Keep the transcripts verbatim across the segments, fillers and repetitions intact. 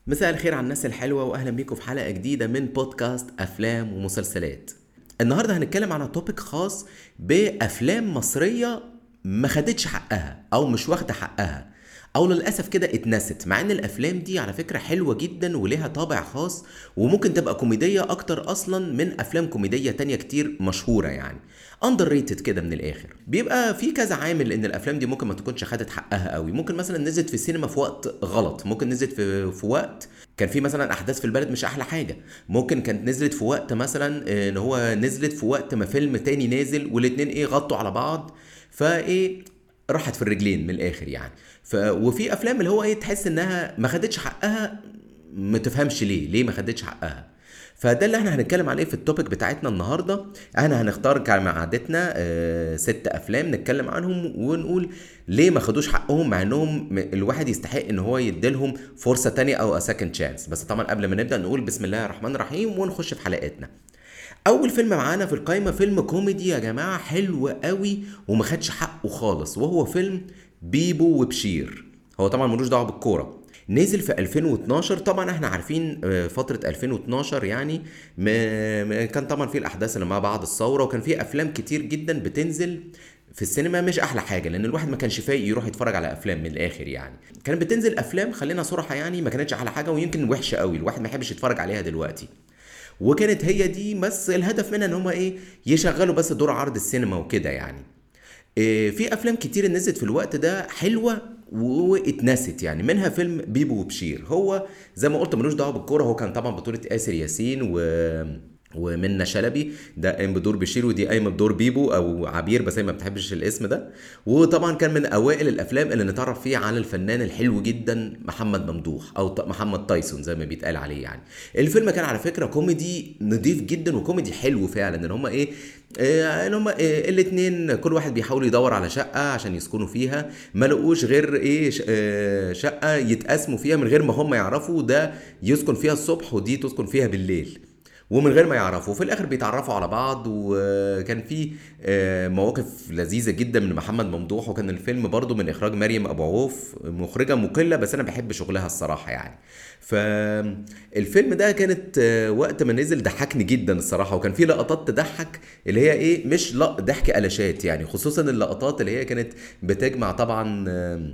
مساء الخير على الناس الحلوة وأهلا بيكم في حلقة جديدة من بودكاست أفلام ومسلسلات. النهاردة هنتكلم على توبيك خاص بأفلام مصرية ما خدتش حقها أو مش واخدة حقها أو للأسف كده اتنست، مع إن الأفلام دي على فكرة حلوة جدا وليها طابع خاص وممكن تبقى كوميدية أكتر أصلا من أفلام كوميدية تانية كتير مشهورة، يعني underrated كده من الآخر. بيبقى في كذا عامل إن الأفلام دي ممكن ما تكونش خدت حقها قوي، ممكن مثلا نزلت في السينما في وقت غلط، ممكن نزلت في, في وقت كان في مثلا احداث في البلد مش احلى حاجه، ممكن كانت نزلت في وقت مثلا ان هو نزلت في وقت ما فيلم تاني نازل والاتنين ايه غطوا على بعض، فايه راحت في الرجلين من الاخر يعني. ف وفي افلام اللي هو ايه تحس انها ما خدتش حقها، ما تفهمش ليه ليه ما خدتش حقها. فده اللي احنا هنتكلم عليه في التوبيك بتاعتنا النهارده. احنا هنختار كما عادتنا اه ست افلام نتكلم عنهم ونقول ليه ما خدوش حقهم، مع انهم م- الواحد يستحق ان هو يديلهم فرصه تانية او سكند تشانس. بس طبعا قبل ما نبدا نقول بسم الله الرحمن الرحيم ونخش في حلقاتنا. اول فيلم معانا في القائمه فيلم كوميدي يا جماعه حلو قوي وما خدش حقه خالص، وهو فيلم بيبو وبشير. هو طبعا ملوش دعوه بالكوره، نزل في ألفين واتناشر. طبعا احنا عارفين آه، فترة ألفين واتناشر يعني م- م- كان طبعا في الاحداث اللي ما بعد الثورة، وكان في افلام كتير جدا بتنزل في السينما مش احلى حاجة، لان الواحد ما كانش فايق يروح يتفرج على افلام من الاخر يعني. كانت بتنزل افلام خلينا صراحة يعني ما كانتش احلى حاجة، ويمكن وحشة قوي الواحد ما يحبش يتفرج عليها دلوقتي. وكانت هي دي بس الهدف منها ان هم ايه يشغلوا بس دور عرض السينما وكده يعني. إيه، في افلام كتير نزلت في الوقت ده حلوه واتنست يعني، منها فيلم بيبو وبشير. هو زي ما قلت ملوش دعوه بالكوره، هو كان طبعا بطوله آسر ياسين و ومنى شلبي، ده قايم بدور بشير ودي قايمه بدور بيبو او عبير، بس هي ما بتحبش الاسم ده. وطبعا كان من اوائل الافلام اللي نتعرف فيه على الفنان الحلو جدا محمد ممدوح او ط- محمد تايسون زي ما بيتقال عليه يعني. الفيلم كان على فكره كوميدي نضيف جدا وكوميدي حلو فعلا، ان هما ايه آه، ان هما آه، الاتنين كل واحد بيحاول يدور على شقه عشان يسكنوا فيها، ما لقوش غير ايه ش- آه، شقه يتقاسموا فيها من غير ما هم يعرفوا، ده يسكن فيها الصبح ودي تسكن فيها بالليل، ومن غير ما يعرفوا في الاخر بيتعرفوا على بعض. وكان في آه، مواقف لذيذه جدا من محمد ممدوح، وكان الفيلم برضو من اخراج مريم ابو عوف، مخرجه مقله بس انا بحب شغلها الصراحه يعني. فالفيلم ده كانت آه، وقت ما نزل ضحكني جدا الصراحه، وكان في لقطات تضحك اللي هي ايه مش لا ضحك قلشات يعني، خصوصا اللقطات اللي هي كانت بتجمع طبعا آه،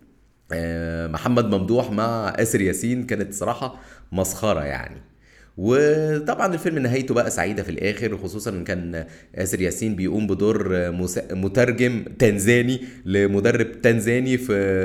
آه، محمد ممدوح مع آسر ياسين، كانت صراحة مسخرة يعني. وطبعا الفيلم نهايته بقى سعيدة في الآخر، وخصوصا إن كان آسر ياسين بيقوم بدور مس- مترجم تنزاني لمدرب تنزاني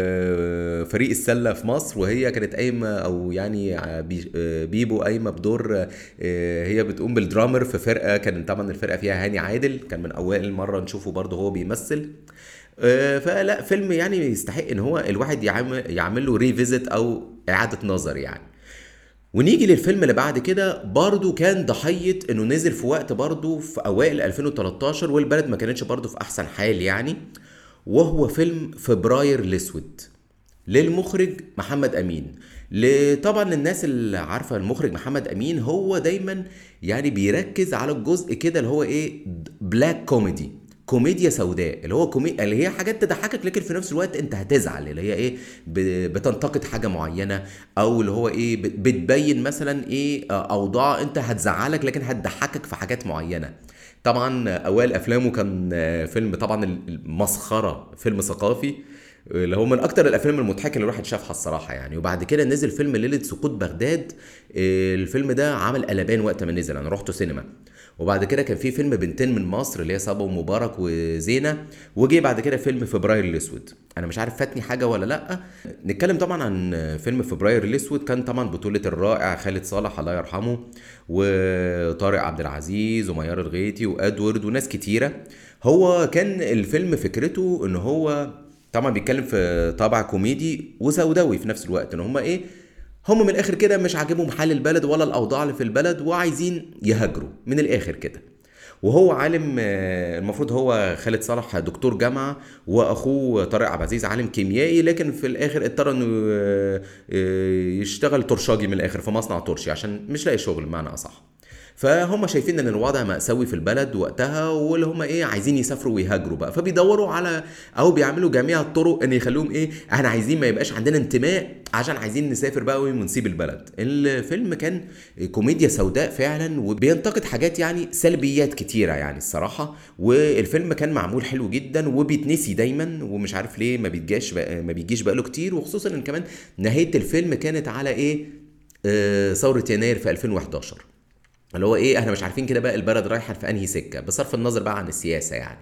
في فريق السلة في مصر، وهي كانت قايمة أو يعني بي- بيبو قايمة بدور آه، هي بتقوم بالدرامر في فرقة، كان طبعا الفرقة فيها هاني عادل، كان من أوائل مرة نشوفه برضه هو بيمثل. آه، فلا فيلم يعني يستحق ان هو الواحد يعمل يعمل له ريفيزيت او اعاده نظر يعني. ونيجي للفيلم اللي بعد كده، برضو كان ضحيه انه نزل في وقت برضو في اوائل ألفين وتلتاشر والبلد ما كانتش برضو في احسن حال يعني، وهو فيلم فبراير الاسود للمخرج محمد امين. ل- طبعا الناس اللي عارفه المخرج محمد امين هو دايما يعني بيركز على الجزء كده اللي هو ايه بلاك كوميدي، كوميديا سوداء، اللي هو كومي... اللي هي حاجات تضحكك لكن في نفس الوقت انت هتزعل، اللي هي ايه ب... بتنتقد حاجه معينه، او اللي هو ايه ب... بتبين مثلا ايه آه، اوضاع انت هتزعلك لكن هتضحكك في حاجات معينه. طبعا اوائل افلامه كان آه، فيلم طبعا المسخره، فيلم ثقافي اللي هو من اكتر الافلام المضحكه اللي الواحد شافها الصراحه يعني. وبعد كده نزل فيلم ليله سقوط بغداد، آه، الفيلم ده عمل قلبان وقت ما نزل، انا رحته سينما. وبعد كده كان في فيلم بنتين من مصر اللي هي صبا ومبارك وزينة، وجي بعد كده فيلم فبراير الاسود. انا مش عارف فاتني حاجه ولا لا. نتكلم طبعا عن فيلم فبراير الاسود، كان طبعا بطوله الرائع خالد صالح الله يرحمه، وطارق عبد العزيز وميار الغيتي وادوارد وناس كتيره. هو كان الفيلم فكرته ان هو طبعا بيتكلم في طابع كوميدي وسوداوي في نفس الوقت، ان هما ايه هم من الاخر كده مش عاجبهم حال البلد ولا الاوضاع اللي في البلد وعايزين يهاجروا من الاخر كده. وهو عالم آه، المفروض هو خالد صالح دكتور جامعة، واخوه طارق عبد العزيز عالم كيميائي، لكن في الاخر اضطر انه آه، آه، يشتغل ترشاجي من الاخر في مصنع ترشي عشان مش لاقي شغل بمعنى اصح. فهم شايفين ان الوضع مأساوي في البلد وقتها، واللي هم ايه عايزين يسافروا ويهاجروا بقى، فبيدوروا على او بيعملوا جميع الطرق ان يخلوهم ايه احنا عايزين ما يبقاش عندنا انتماء عشان عايزين نسافر بقى ونسيب البلد. الفيلم كان كوميديا سوداء فعلا، وبينتقد حاجات يعني سلبيات كتيره يعني الصراحه. والفيلم كان معمول حلو جدا وبيتنسي دايما، ومش عارف ليه ما بيجيش بقى ما بيجيش بقاله كتير، وخصوصا ان كمان نهايه الفيلم كانت على ايه آه ثوره يناير في ألفين وحداشر، اللي هو ايه احنا مش عارفين كده بقى البلد رايحه في انهي سكه بصرف النظر بقى عن السياسه يعني.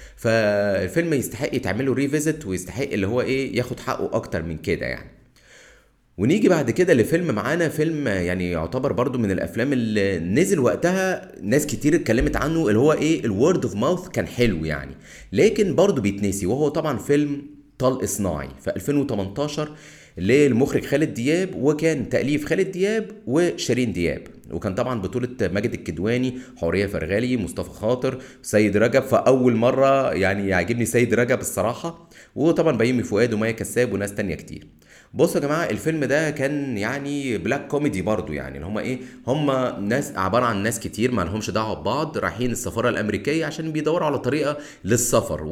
فالفيلم يستحق يتعمل له ريفيزيت، ويستحق اللي هو ايه ياخد حقه اكتر من كده يعني. ونيجي بعد كده لفيلم معانا، فيلم يعني يعتبر برضو من الافلام اللي نزل وقتها ناس كتير اتكلمت عنه، اللي هو ايه الورد اوف ماوث، كان حلو يعني لكن برضو بيتنسي، وهو طبعا فيلم طلق صناعي في ألفين وتمنتاشر للمخرج خالد دياب، وكان تأليف خالد دياب وشيرين دياب، وكان طبعا بطولة ماجد الكدواني، حورية فرغالي، مصطفى خاطر، سيد رجب. فأول مرة يعني يعجبني سيد رجب الصراحة، وطبعا بيومي فؤاد ومايا كساب وناس تانية كتير. بصوا يا جماعه الفيلم ده كان يعني بلاك كوميدي برضو، يعني اللي هم ايه هم ناس عباره عن ناس كتير ما لهمش دعوه ببعض، رايحين السفاره الامريكيه عشان بيدوروا على طريقه للسفر،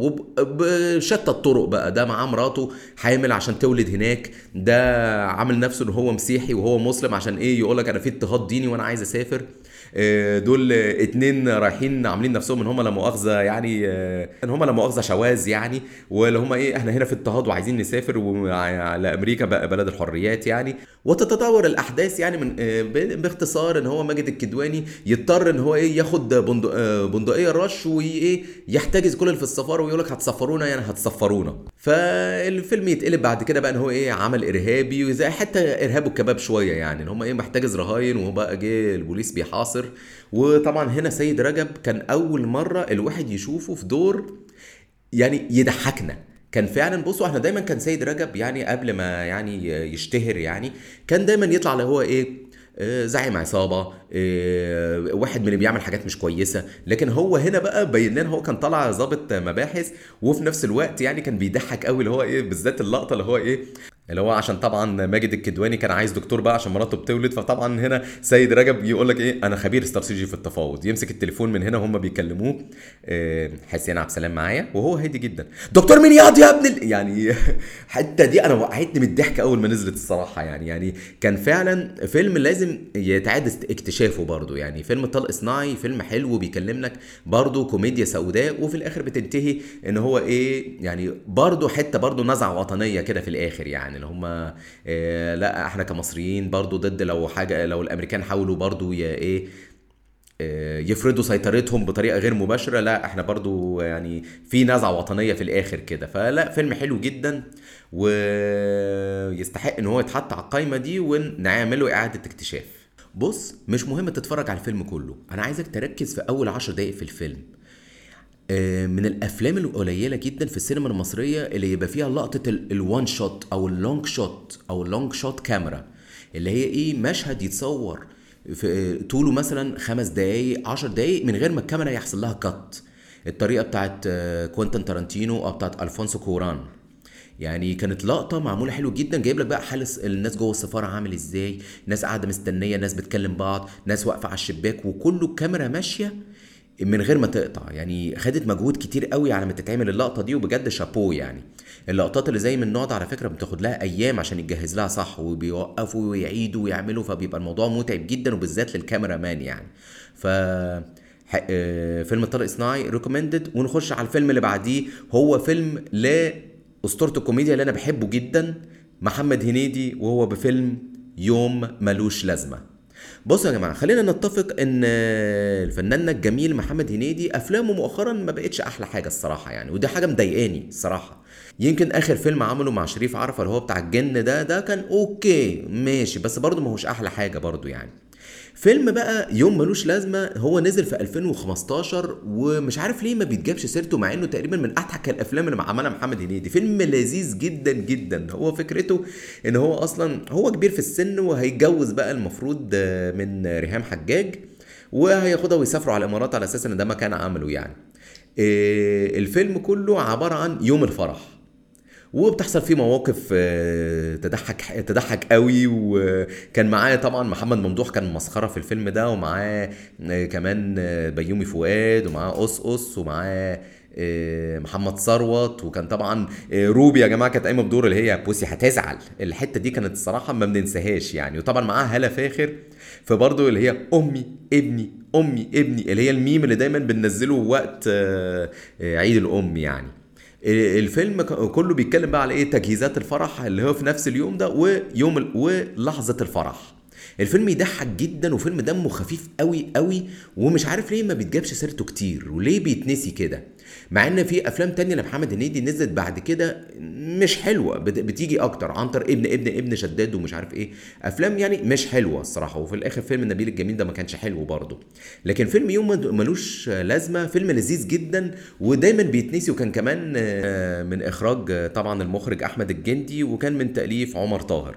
وبشتى الطرق بقى. ده معاه مراته حامل عشان تولد هناك، ده عامل نفسه ان هو مسيحي وهو مسلم عشان ايه يقولك انا في اضطهاد ديني وانا عايز اسافر. آه، دول اتنين رايحين عاملين نفسهم ان هم لا مؤاخذه يعني آه، ان هم لا مؤاخذه شواذ يعني، واللي هم ايه احنا هنا في اضطهاد وعايزين نسافر لامريكا بقى بلد الحريات يعني. وتتطور الاحداث يعني من آه، باختصار ان هو ماجد الكدواني يضطر ان هو ايه ياخد بندق آه، بندقيه رش وايه يحتجز كل اللي في السفاره، ويقول لك هتسفرونا يعني هتسفرونا. فالفيلم يتقلب بعد كده بقى ان هو ايه عمل ارهابي، وزي حتى ارهاب الكباب شويه يعني ان هم ايه محتجز رهاين، وهو بقى جه البوليس بيحاصر. وطبعا هنا سيد رجب كان اول مره الواحد يشوفه في دور يعني يضحكنا. كان فعلا بصوا احنا دايما كان سيد رجب يعني قبل ما يعني يشتهر يعني كان دايما يطلع اللي هو ايه آه، زعيم عصابه، آه، واحد من اللي بيعمل حاجات مش كويسه. لكن هو هنا بقى بين لنا هو كان طالع ضابط مباحث، وفي نفس الوقت يعني كان بيضحك قوي اللي هو ايه بالذات اللقطه اللي هو ايه اللي هو عشان طبعا ماجد الكدواني كان عايز دكتور بقى عشان مراته بتولد. فطبعا هنا سيد رجب يقول لك ايه انا خبير استراتيجي في التفاوض، يمسك التليفون من هنا هم بيكلموه آه، حسين عبد السلام معايا وهو هادي جدا، دكتور مين ياض يا ابن ال-" يعني حتى دي انا وقعتني من الضحك اول ما نزلت الصراحه يعني. يعني كان فعلا فيلم لازم يتعاد اكتشافه برضو يعني. فيلم طلق صناعي فيلم حلو وبيكلمنا برضو كوميديا سوداء، وفي الاخر بتنتهي ان هو ايه يعني برضو حته برضو نزعه وطنيه كده في الاخر يعني اللي هم إيه لا احنا كمصريين برضو ضد لو حاجه لو الامريكان حاولوا برضو ي- ايه إيه، يفرضوا سيطرتهم بطريقه غير مباشره، لا احنا برضو يعني في نزعه وطنيه في الاخر كده. فلا فيلم حلو جدا ويستحق ان هو يتحط على القائمه دي ونعمله اعاده اكتشاف. بص مش مهم تتفرج على الفيلم كله، انا عايزك تركز في اول عشر دقايق في الفيلم. آه، من الافلام القليله جدا في السينما المصريه اللي يبقى فيها لقطه الوان شوت او اللونج شوت او اللونج شوت كاميرا، اللي هي ايه مشهد يتصور في طوله مثلا خمس دقايق عشر دقايق من غير ما الكاميرا يحصل لها كات، الطريقه بتاعت آه، كوينتين تارانتينو او بتاعت الفونسو كوران. يعني كانت لقطه معموله حلو جدا، جايب لك بقى حال الس- الناس جوه السفاره عامل ازاي، ناس قاعده مستنيه، ناس بتكلم بعض، ناس واقفه على الشباك، وكله الكاميرا ماشيه من غير ما تقطع. يعني خدت مجهود كتير قوي على ما تتعمل اللقطه دي، وبجد شابوه يعني. اللقطات اللي زي من النوع ده على فكره بتاخد لها ايام عشان يتجهز لها صح، وبيوقفوا ويعيدوا ويعملوا، فبيبقى الموضوع متعب جدا وبالذات للكاميرا مان يعني. ف ح- آه، فيلم الطريق الصناعي ريكومندد. ونخش على الفيلم اللي بعديه، هو فيلم لأسطورة الكوميديا اللي انا بحبه جدا، محمد هنيدي، وهو بفيلم يوم ملوش لازمه. بصوا يا جماعه خلينا نتفق ان الفنان الجميل محمد هنيدي افلامه مؤخرا ما بقتش احلى حاجه الصراحه يعني، ودي حاجه مضايقاني الصراحه. يمكن اخر فيلم عمله مع شريف عرفة اللي هو بتاع الجن ده ده كان اوكي ماشي، بس برضه ما هوش احلى حاجه برضه يعني. فيلم بقى يوم ملوش لازمه هو نزل في ألفين وخمستاشر، ومش عارف ليه ما بيتجابش سيرته مع انه تقريبا من اضحك الافلام اللي عملها محمد هنيدي. فيلم لذيذ جدا جدا. هو فكرته ان هو اصلا هو كبير في السن وهيتجوز بقى المفروض آه، من ريهام حجاج، وهياخدها ويسافروا على الامارات على اساس ان ده مكان عمله يعني. آه، الفيلم كله عباره عن يوم الفرح، وبتحصل فيه مواقف آه، تضحك تضحك قوي. وكان معاه طبعا محمد ممدوح كان مسخره في الفيلم ده، ومعاه آه، كمان آه، بيومي فؤاد، ومعاه قصقص، ومعاه آه، محمد ثروت. وكان طبعا آه، روبي يا جماعه كانت قايمه بدور اللي هي بوسي هتزعل. الحته دي كانت الصراحه ما بننساهاش يعني. وطبعا معاها هاله فاخر، فبرضه اللي هي امي ابني امي ابني، اللي هي الميم اللي دايما بننزله وقت آه، آه، عيد الام يعني. الفيلم ك- كله بيتكلم بقى على ايه؟ تجهيزات الفرح اللي هو في نفس اليوم ده، ويوم ال... ولحظة الفرح. الفيلم يضحك جدا، وفيلم دمه خفيف قوي قوي، ومش عارف ليه ما بيتجابش سيرته كتير، وليه بيتنسي كده، مع ان في افلام تانية لمحمد هنيدي نزلت بعد كده مش حلوه، بت- بتيجي اكتر. عنتر ابن ابن ابن شداد ومش عارف ايه، افلام يعني مش حلوه الصراحه. وفي الاخر فيلم نبيل الجميل ده ما كانش حلو برضه. لكن فيلم يوم ملوش لازمه فيلم لذيذ جدا، ودايما بيتنسي. وكان كمان آه، من اخراج آه، طبعا المخرج احمد الجندي، وكان من تاليف عمر طاهر.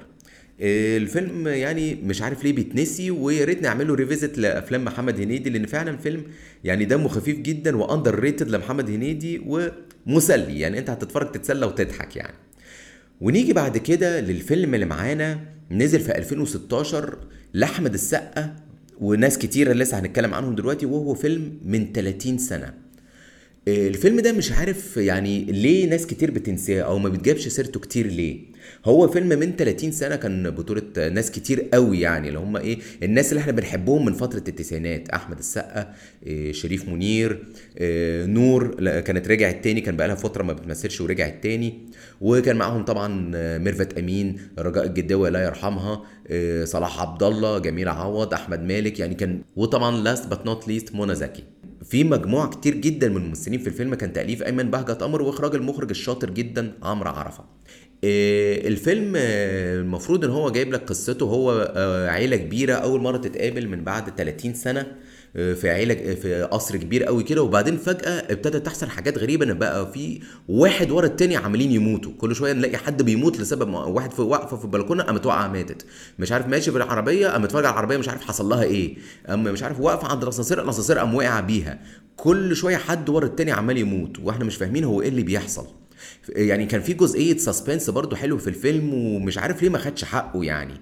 الفيلم يعني مش عارف ليه بيتنسي، ويا ريت نعمله ريفيزيت لافلام محمد هنيدي، لان فعلا فيلم يعني دمه خفيف جدا واندر ريتد لمحمد هنيدي، ومسلي يعني، انت هتتفرج تتسلى وتضحك يعني. ونيجي بعد كده للفيلم اللي معانا، نزل في ألفين وستاشر لاحمد السقا وناس كتيره لسه هنتكلم عنهم دلوقتي، وهو فيلم من ثلاثين سنه. الفيلم ده مش عارف يعني ليه ناس كتير بتنساه او ما بتجابش سيرته كتير ليه. هو فيلم من ثلاثين سنة، كان بطولة ناس كتير قوي يعني، اللي هم ايه، الناس اللي احنا بنحبهم من فترة التسعينات: احمد السقا، إيه، شريف منير، إيه، نور لا، كانت رجعت تاني، كان بقالها فترة ما بتمثلش ورجعت تاني. وكان معاهم طبعا آه، ميرفت امين، رجاء الجداوي الله يرحمها، إيه، صلاح عبد الله، جميل عوض، احمد مالك يعني كان. وطبعا لاست بات نوت ليست منى زكي. في مجموعة كتير جدا من الممثلين في الفيلم، كان تأليف أيمن بهجت قمر، وإخراج المخرج الشاطر جدا عمرو عرفة. آه، الفيلم آه، المفروض ان هو جايب لك قصته. هو آه، عيلة كبيرة اول مرة تتقابل من بعد ثلاثين سنة، آه، في عيلة في قصر كبير قوي كده. وبعدين فجأة ابتدت تحصل حاجات غريبة، ان بقى في واحد ورا التاني عمالين يموتوا. كل شوية نلاقي حد بيموت لسبب ما- واحد في واقفة في البلكونة قامت واقعة ماتت، مش عارف ماشي في العربية قامت اتفرج على العربية مش عارف حصل لها ايه، اما مش عارف واقفة عند الاسانسير الاسانسير قام وقع بيها. كل شوية حد ورا التاني عمال يموت، واحنا مش فاهمين هو ايه اللي بيحصل. يعني كان في جزئيه سسبنس برضو حلو في الفيلم، ومش عارف ليه ما خدش حقه يعني.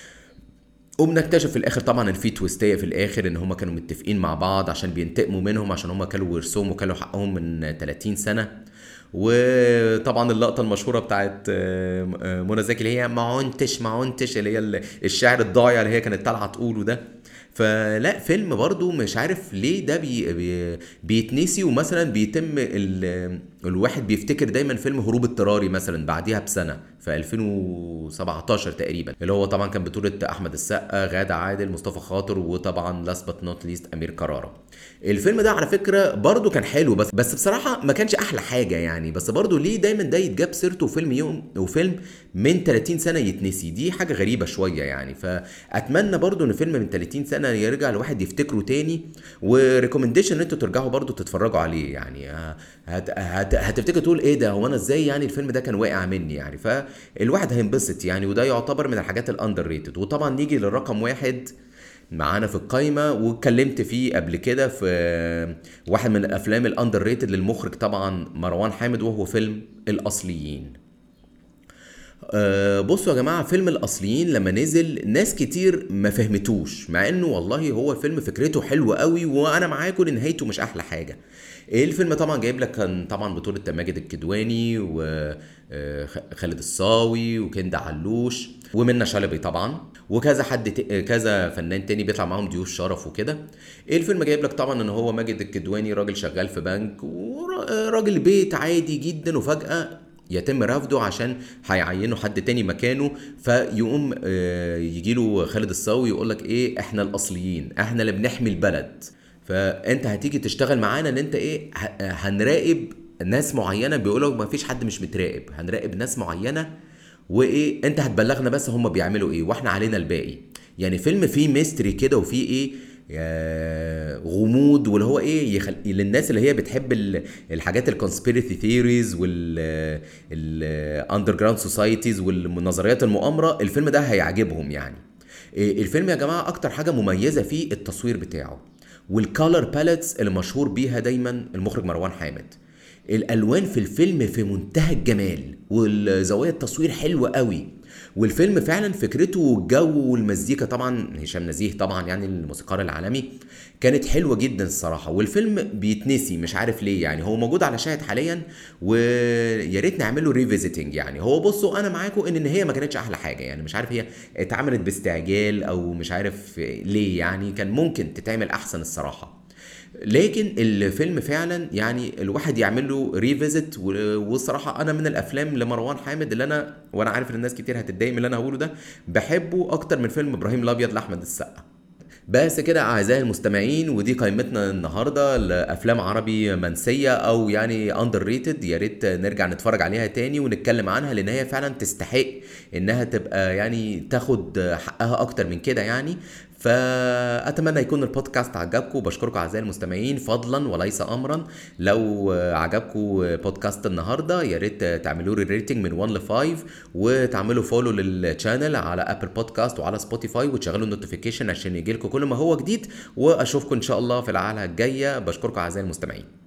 وبنكتشف في الاخر طبعا ان في تويستيه في الاخر، ان هما كانوا متفقين مع بعض عشان بينتقموا منهم، عشان هما كانوا ورثهم وكانوا حقهم من ثلاثين سنه. وطبعا اللقطه المشهوره بتاعت آه، آه، منى زكي، اللي هي ما عنتش ما عنتش، اللي هي ال- الشعر الضايع اللي هي كانت طالعه تقوله ده. فلا فيلم برضو مش عارف ليه ده بي بي بيتنسي. ومثلا بيتم ال الواحد بيفتكر دايما فيلم هروب اضطراري مثلا بعديها بسنه في ألفين وسبعتاشر تقريبا، اللي هو طبعا كان بطوله احمد السقا، غادة عادل، مصطفى خاطر، وطبعا لاست بات نوت ليست امير كرارة. الفيلم ده على فكره برضو كان حلو، بس بس بصراحه ما كانش احلى حاجه يعني. بس برضو ليه دايما ده يتجاب سيرته فيلم يوم وفيلم من ثلاثين سنه يتنسي؟ دي حاجه غريبه شويه يعني. فاتمنى برضو ان فيلم من ثلاثين سنه يرجع الواحد يفتكره تاني. وريكومنديشن ان انتوا ترجعوا برضو تتفرجوا عليه يعني. هت هت هتفتكر تقول ايه ده، هو انا ازاي يعني الفيلم ده كان واقع مني يعني. فالواحد هينبسط يعني، وده يعتبر من الحاجات الاندر ريتد. وطبعا نيجي للرقم واحد معانا في القايمة، واتكلمت فيه قبل كده في واحد من الافلام الاندر ريتد للمخرج طبعا مروان حامد، وهو فيلم الاصليين. أه بصوا يا جماعة، فيلم الأصليين لما نزل ناس كتير ما فهمتوش، مع انه والله هو فيلم فكرته حلوة قوي، وانا معاكم ان نهايته مش احلى حاجة. الفيلم طبعا جايب لك كان طبعا بطولة ماجد الكدواني، وخالد الصاوي، وكندا علوش، ومنة شلبي طبعا، وكذا حد ت... كذا فنان تاني بيطلع معاهم ضيوف شرف وكده. الفيلم جايب لك طبعا ان هو ماجد الكدواني راجل شغال في بنك، وراجل بيت عادي جدا، وفجأة يتم رفضه عشان هيعينوا حد تاني مكانه. فيقوم آه، يجيله خالد الصاوي يقول لك ايه، احنا الاصليين، احنا اللي بنحمي البلد، فانت هتيجي تشتغل معانا ان انت ايه، ه- هنراقب ناس معينه. بيقولوا ما فيش حد مش متراقب، هنراقب ناس معينه، وايه انت هتبلغنا بس هم بيعملوا ايه، واحنا علينا الباقي. يعني فيلم فيه ميستري كده، وفيه ايه، يا غموض، واللي هو ايه يخل... للناس اللي هي بتحب ال... الحاجات الكونسبيرسي ثيوريز والاندر جراوند سوسايتيز والنظريات المؤامره، الفيلم ده هيعجبهم يعني. إيه، الفيلم يا جماعه اكتر حاجه مميزه فيه التصوير بتاعه، والكالر باليتس اللي مشهور بيها دايما المخرج مروان حامد. الالوان في الفيلم في منتهى الجمال، والزوايا التصوير حلوة قوي، والفيلم فعلا فكرته والجو والمزيكا، طبعا هشام نزيه طبعا يعني الموسيقار العالمي، كانت حلوة جدا الصراحة. والفيلم بيتنسي مش عارف ليه، يعني هو موجود على شاهد حاليا ويا ريت نعمله ريفيزيتنج. يعني هو بصوا انا معاكم ان النهاية ما كانتش احلى حاجة، يعني مش عارف هي اتعملت باستعجال او مش عارف ليه، يعني كان ممكن تتعمل احسن الصراحة. لكن الفيلم فعلا يعني الواحد يعمل له ريفيزيت. والصراحه انا من الافلام لمروان حامد اللي انا، وانا عارف ان الناس كتير هتتضايق من اللي انا هقوله ده، بحبه اكتر من فيلم ابراهيم الابيض لاحمد السقا. بس كده اعزائي المستمعين، ودي قائمتنا النهارده لافلام عربي منسيه او يعني اندر ريتد. يا ريت نرجع نتفرج عليها تاني ونتكلم عنها، لان هي فعلا تستحق انها تبقى يعني تاخد حقها اكتر من كده يعني. فاتمنى يكون البودكاست عجبكم، وبشكركم اعزائي المستمعين فضلا وليس امرا. لو عجبكم بودكاست النهارده يا ريت تعملوا لي ريتنج من واحد ل خمسة، وتعملوا فولو للشانل على ابل بودكاست وعلى سبوتيفاي، وتشغلوا النوتيفيكيشن عشان يجيلكم كل ما هو جديد. واشوفكم ان شاء الله في الحلقه الجايه. بشكركم اعزائي المستمعين.